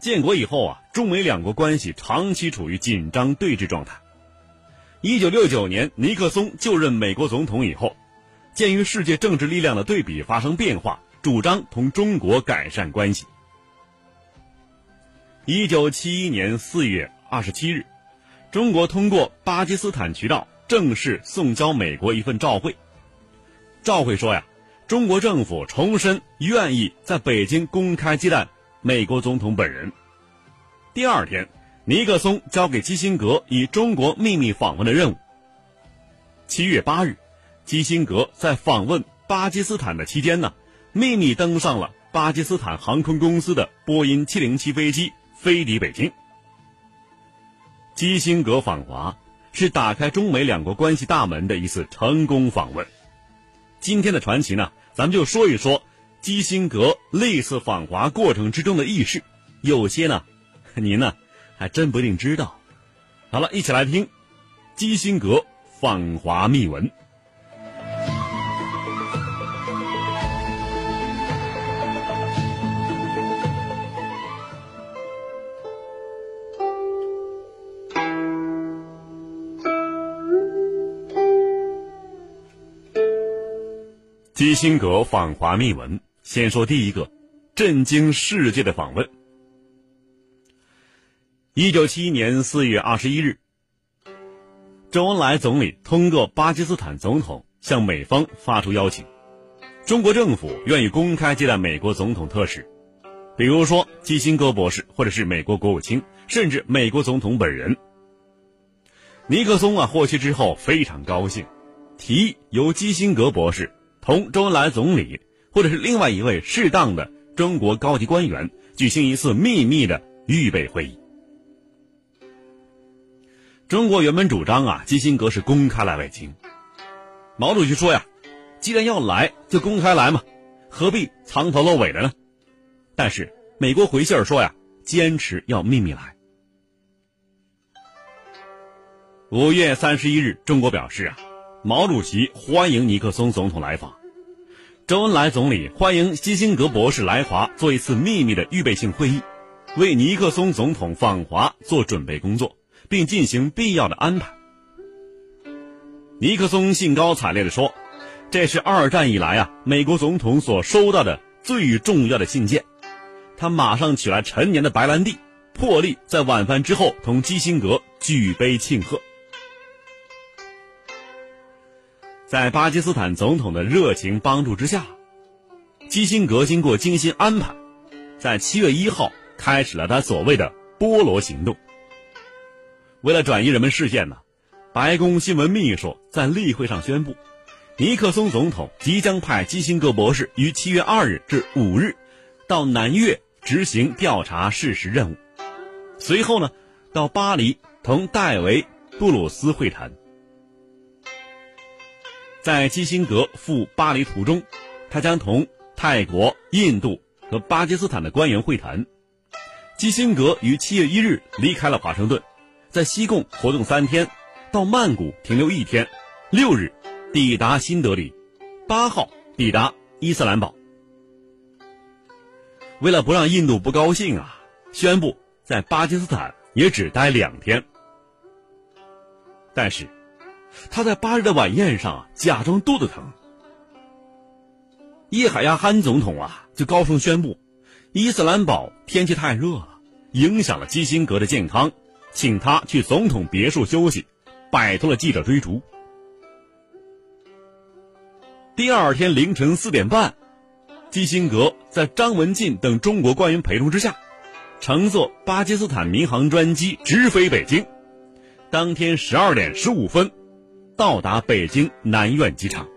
建国以后啊，中美两国关系长期处于紧张对峙状态。1969年尼克松就任美国总统以后，鉴于世界政治力量的对比发生变化，主张同中国改善关系。1971年4月27日，中国通过巴基斯坦渠道正式送交美国一份照会。照会说呀，中国政府重申愿意在北京公开接待美国总统本人。第二天，尼克松交给基辛格以中国秘密访问的任务。7月8日，基辛格在访问巴基斯坦的期间呢，秘密登上了巴基斯坦航空公司的波音707飞机，飞抵北京。基辛格访华是打开中美两国关系大门的一次成功访问。今天的传奇呢，咱们就说一说基辛格历次访华过程之中的轶事，有些呢，您呢还真不一定知道。好了，一起来听基辛格访华秘闻。基辛格访华秘闻，先说第一个震惊世界的访问。1971年4月21日，周恩来总理通过巴基斯坦总统向美方发出邀请，中国政府愿意公开接待美国总统特使，比如说基辛格博士，或者是美国国务卿，甚至美国总统本人。尼克松获悉之后非常高兴，提议由基辛格博士同周恩来总理或者是另外一位适当的中国高级官员举行一次秘密的预备会议。中国原本主张基辛格是公开来北京。毛主席说呀，既然要来就公开来嘛，何必藏头露尾的呢？但是美国回信说呀，坚持要秘密来。5月31日，中国表示毛主席欢迎尼克松总统来访，周恩来总理欢迎基辛格博士来华做一次秘密的预备性会议，为尼克松总统访华做准备工作，并进行必要的安排。尼克松兴高采烈地说，这是二战以来美国总统所收到的最重要的信件。他马上取来陈年的白兰地，破例在晚饭之后同基辛格举杯庆贺。在巴基斯坦总统的热情帮助之下，基辛格经过精心安排，在7月1号开始了他所谓的波罗行动。为了转移人们视线白宫新闻秘书在例会上宣布，尼克松总统即将派基辛格博士于7月2日至5日到南越执行调查事实任务，随后到巴黎同戴维·布鲁斯会谈。在基辛格赴巴黎途中，他将同泰国、印度和巴基斯坦的官员会谈。基辛格于7月1日离开了华盛顿，在西贡活动3天，到曼谷停留1天，6日抵达新德里，8号抵达伊斯兰堡。为了不让印度不高兴宣布在巴基斯坦也只待2天。但是他在8日的晚宴上假装肚子疼。叶海亚汗总统就高声宣布，伊斯兰堡天气太热了，影响了基辛格的健康，请他去总统别墅休息，摆脱了记者追逐。第二天凌晨4点半，基辛格在张文进等中国官员陪同之下，乘坐巴基斯坦民航专机直飞北京，当天12点15分到达北京南苑机场。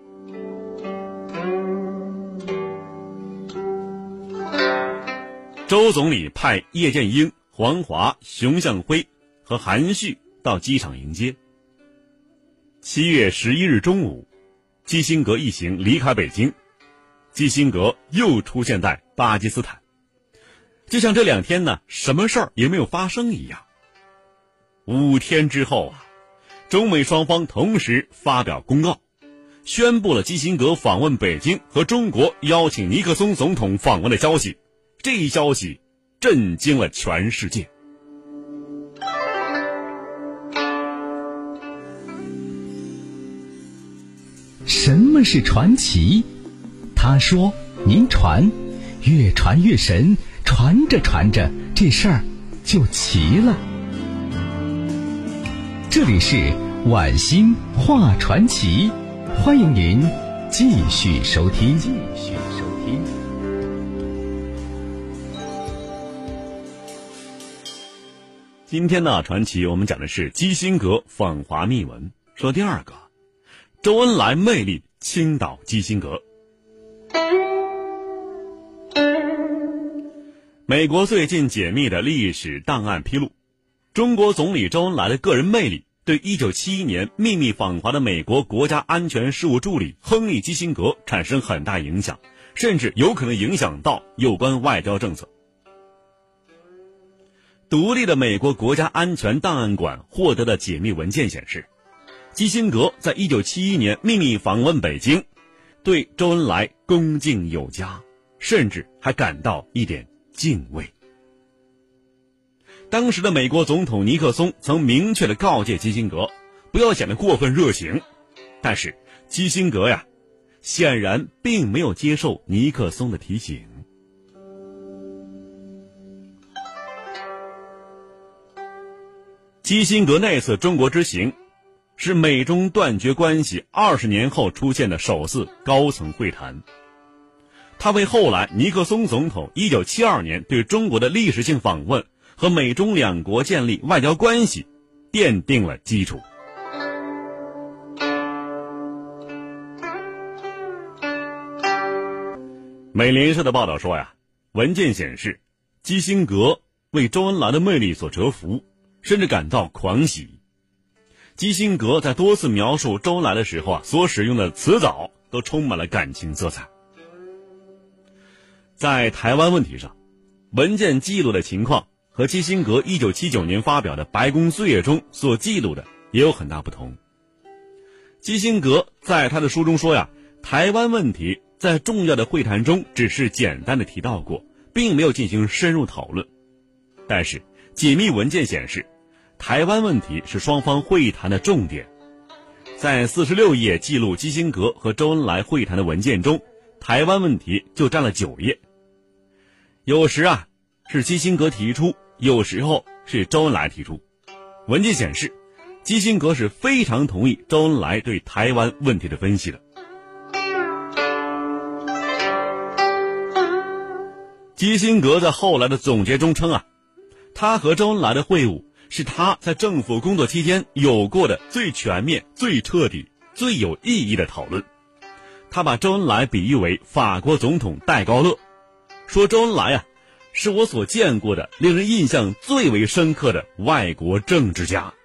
周总理派叶剑英、黄华、熊向晖和韩旭到机场迎接。7月11日中午，基辛格一行离开北京，基辛格又出现在巴基斯坦，就像这2天什么事儿也没有发生一样。5天之后中美双方同时发表公告，宣布了基辛格访问北京和中国邀请尼克松总统访问的消息。这一消息震惊了全世界。 什么是传奇？他说您传，越传越神，传着传着这事儿就奇了。这里是晚星话传奇，欢迎您继续收听。 今天的传奇我们讲的是基辛格访华秘闻。说第二个，周恩来魅力倾倒基辛格。美国最近解密的历史档案披露，中国总理周恩来的个人魅力对1971年秘密访华的美国国家安全事务助理亨利·基辛格产生很大影响，甚至有可能影响到有关外交政策。独立的美国国家安全档案馆获得的解密文件显示，基辛格在1971年秘密访问北京，对周恩来恭敬有加，甚至还感到一点敬畏。当时的美国总统尼克松曾明确地告诫基辛格不要显得过分热情，但是基辛格显然并没有接受尼克松的提醒。基辛格那次中国之行是美中断绝关系20年后出现的首次高层会谈，他为后来尼克松总统1972年对中国的历史性访问和美中两国建立外交关系奠定了基础。美联社的报道说文件显示，基辛格为周恩来的魅力所折服，甚至感到狂喜。基辛格在多次描述周恩来的时候所使用的词藻都充满了感情色彩。在台湾问题上，文件记录的情况和基辛格1979年发表的《白宫岁月》中所记录的也有很大不同。基辛格在他的书中说台湾问题在重要的会谈中只是简单的提到过，并没有进行深入讨论。但是解密文件显示，台湾问题是双方会谈的重点。在46页记录基辛格和周恩来会谈的文件中，台湾问题就占了9页。有时是基辛格提出，有时候是周恩来提出。文件显示，基辛格是非常同意周恩来对台湾问题的分析的。基辛格在后来的总结中称他和周恩来的会晤是他在政府工作期间有过的最全面、最彻底、最有意义的讨论。他把周恩来比喻为法国总统戴高乐，说周恩来是我所见过的令人印象最为深刻的外国政治家。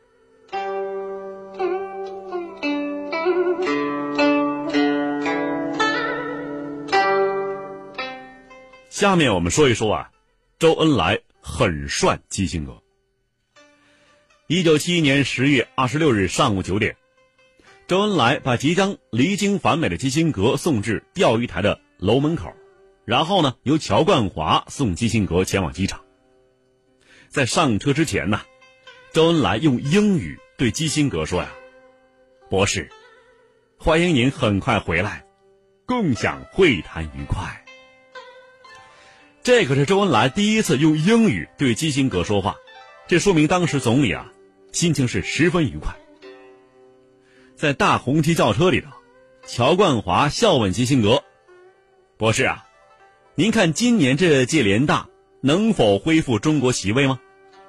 下面我们说一说周恩来很涮基辛格。1971年10月26日上午9点，周恩来把即将离京返美的基辛格送至钓鱼台的楼门口，然后由乔冠华送基辛格前往机场。在上车之前周恩来用英语对基辛格说博士，欢迎您很快回来，共享会谈愉快。这可是周恩来第一次用英语对基辛格说话，这说明当时总理心情是十分愉快。在大红旗轿车里头，乔冠华笑问基辛格，博士您看今年这届联大能否恢复中国席位吗？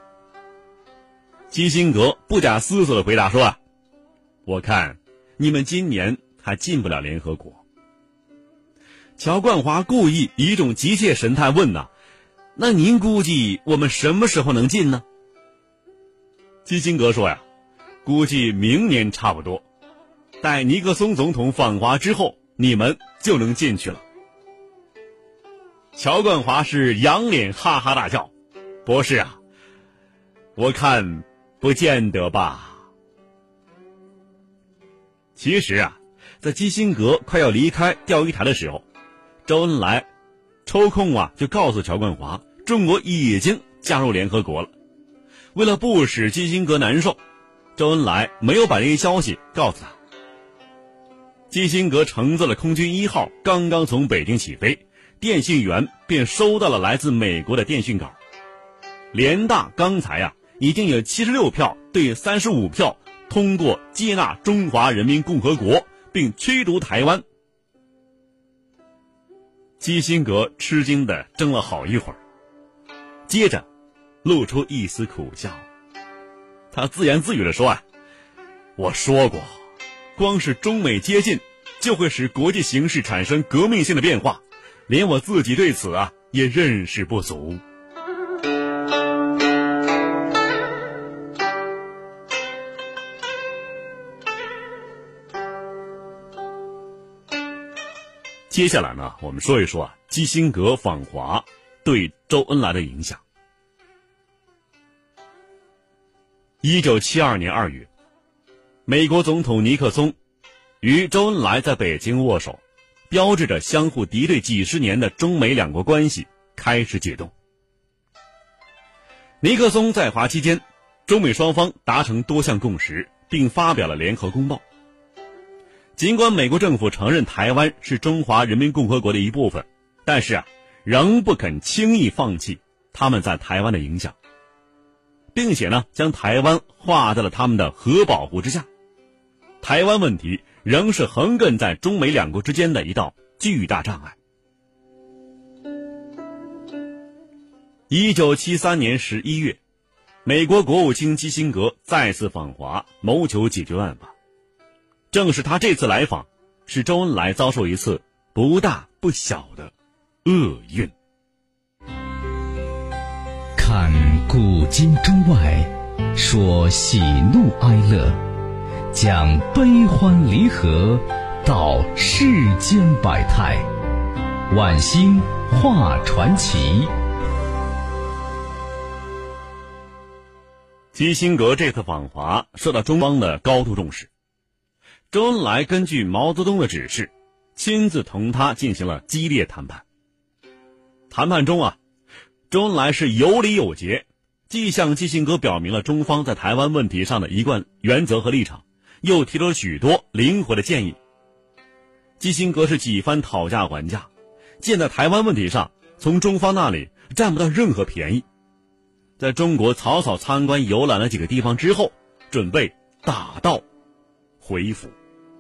基辛格不假思索地回答说我看你们今年还进不了联合国。乔冠华故意以一种急切神态问那您估计我们什么时候能进呢？基辛格说估计明年差不多，待尼克松总统访华之后，你们就能进去了。乔冠华是仰脸哈哈大笑，博士我看不见得吧。其实在基辛格快要离开钓鱼台的时候，周恩来抽空就告诉乔冠华， 中国已经加入联合国了。为了不使基辛格难受，周恩来没有把这些消息告诉他。基辛格乘坐了空军1号刚刚从北京起飞，电信员便收到了来自美国的电讯稿。联大刚才已经有76票对35票通过接纳中华人民共和国并驱逐台湾。基辛格吃惊地怔了好一会儿，接着露出一丝苦笑。他自言自语地说我说过，光是中美接近就会使国际形势产生革命性的变化，连我自己对此也认识不足。接下来呢，我们说一说基辛格访华对周恩来的影响。1972年2月，美国总统尼克松与周恩来在北京握手，标志着相互敌对几十年的中美两国关系开始解冻。尼克松在华期间，中美双方达成多项共识，并发表了联合公报。尽管美国政府承认台湾是中华人民共和国的一部分，但是仍不肯轻易放弃他们在台湾的影响，并且呢，将台湾划在了他们的核保护之下。台湾问题仍是横亘在中美两国之间的一道巨大障碍。1973年11月，美国国务卿基辛格再次访华，谋求解决办法。正是他这次来访，使周恩来遭受一次不大不小的厄运。 看古今中外，说喜怒哀乐，讲悲欢离合，道世间百态，晚星话传奇。 基辛格这次访华受到中方的高度重视。周恩来根据毛泽东的指示，亲自同他进行了激烈谈判。谈判中周恩来是有理有节，既向基辛格表明了中方在台湾问题上的一贯原则和立场，又提出了许多灵活的建议。基辛格是几番讨价还价，见在台湾问题上从中方那里占不到任何便宜。在中国草草参观游览了几个地方之后，准备打道回府。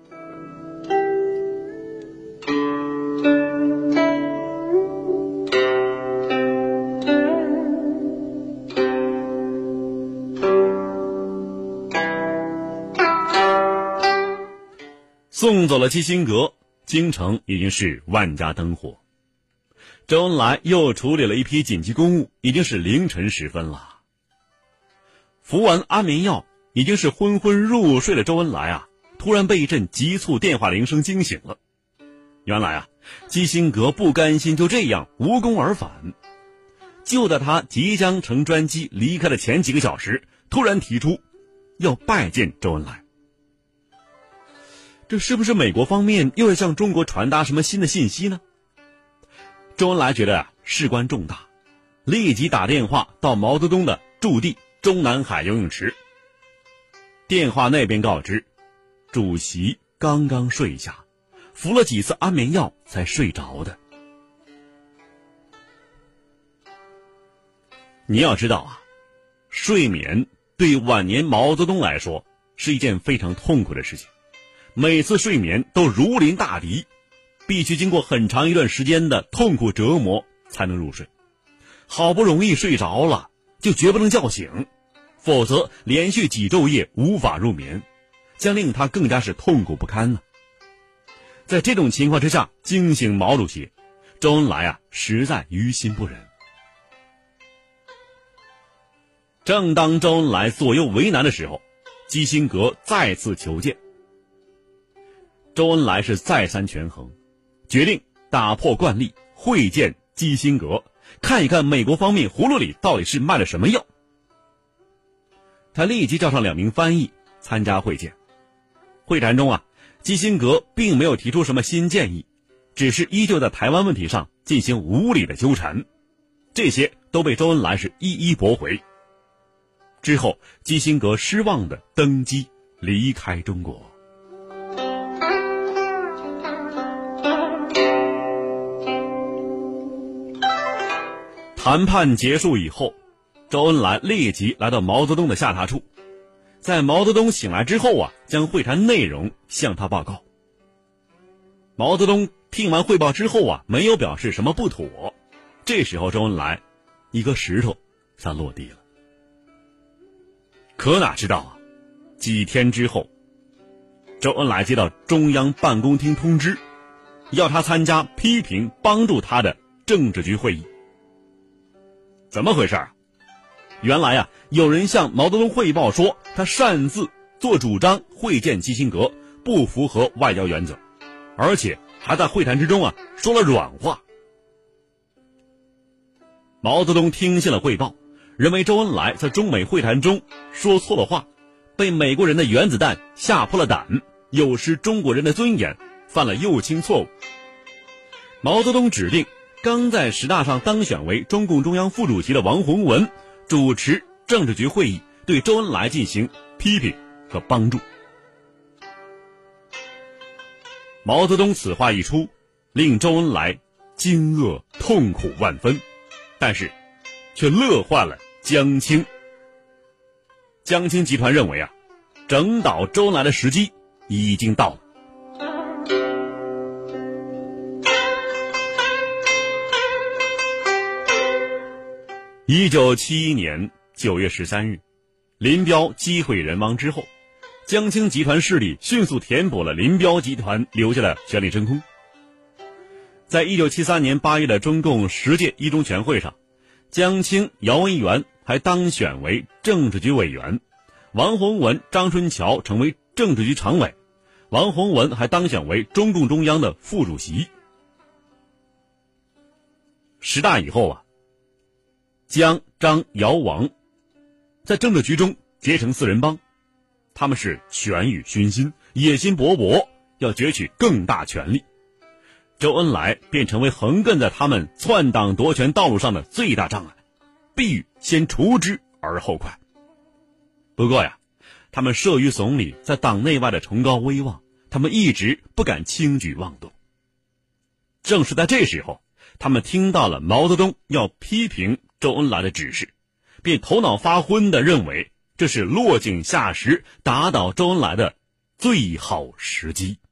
送走了基辛格，京城已经是万家灯火。周恩来又处理了一批紧急公务，已经是凌晨时分了。服完安眠药，已经是昏昏入睡的周恩来突然被一阵急促电话铃声惊醒了。原来基辛格不甘心就这样无功而返，就在他即将乘专机离开的前几个小时，突然提出要拜见周恩来。这是不是美国方面又要向中国传达什么新的信息呢？周恩来觉得事关重大，立即打电话到毛泽东的驻地中南海游泳池。电话那边告知，主席刚刚睡下，服了几次安眠药才睡着的。你要知道睡眠对晚年毛泽东来说是一件非常痛苦的事情，每次睡眠都如临大敌，必须经过很长一段时间的痛苦折磨才能入睡。好不容易睡着了，就绝不能叫醒，否则连续几昼夜无法入眠，将令他更加是痛苦不堪呢。在这种情况之下惊醒毛主席，周恩来实在于心不忍。正当周恩来左右为难的时候，基辛格再次求见。周恩来是再三权衡，决定打破惯例，会见基辛格，看一看美国方面葫芦里到底是卖了什么药。他立即叫上2名翻译参加会见。会谈中基辛格并没有提出什么新建议，只是依旧在台湾问题上进行无理的纠缠。 这些都被周恩来是一一驳回。之后，基辛格失望地登基，离开中国。谈判结束以后，周恩来立即来到毛泽东的下榻处，在毛泽东醒来之后将会谈内容向他报告。毛泽东听完汇报之后没有表示什么不妥。这时候周恩来一颗石头才落地了。可哪知道几天之后，周恩来接到中央办公厅通知，要他参加批评帮助他的政治局会议。怎么回事原来有人向毛泽东汇报说，他擅自做主张会见基辛格，不符合外交原则，而且还在会谈之中说了软话。毛泽东听信了汇报，认为周恩来在中美会谈中说错了话，被美国人的原子弹吓破了胆，有失中国人的尊严，犯了右倾错误。毛泽东指定刚在十大上当选为中共中央副主席的王洪文主持政治局会议，对周恩来进行批评和帮助。毛泽东此话一出，令周恩来惊愕痛苦万分，但是却乐坏了江青。江青集团认为整倒周恩来的时机已经到了。1971年9月13日，林彪击毁人亡之后，江青集团势力迅速填补了林彪集团留下的权力真空。在1973年8月的中共10届一中全会上，江青、姚文元还当选为政治局委员，王洪文、张春桥成为政治局常委，王洪文还当选为中共中央的副主席。十大以后江、张、姚、王在政治局中结成四人帮，他们是权欲熏心，野心勃勃，要攫取更大权力。周恩来便成为横亘在他们篡党夺权道路上的最大障碍，必须先除之而后快。不过他们慑于总理在党内外的崇高威望，他们一直不敢轻举妄动。正是在这时候，他们听到了毛泽东要批评周恩来的指示，便头脑发昏地认为这是落井下石，打倒周恩来的最好时机。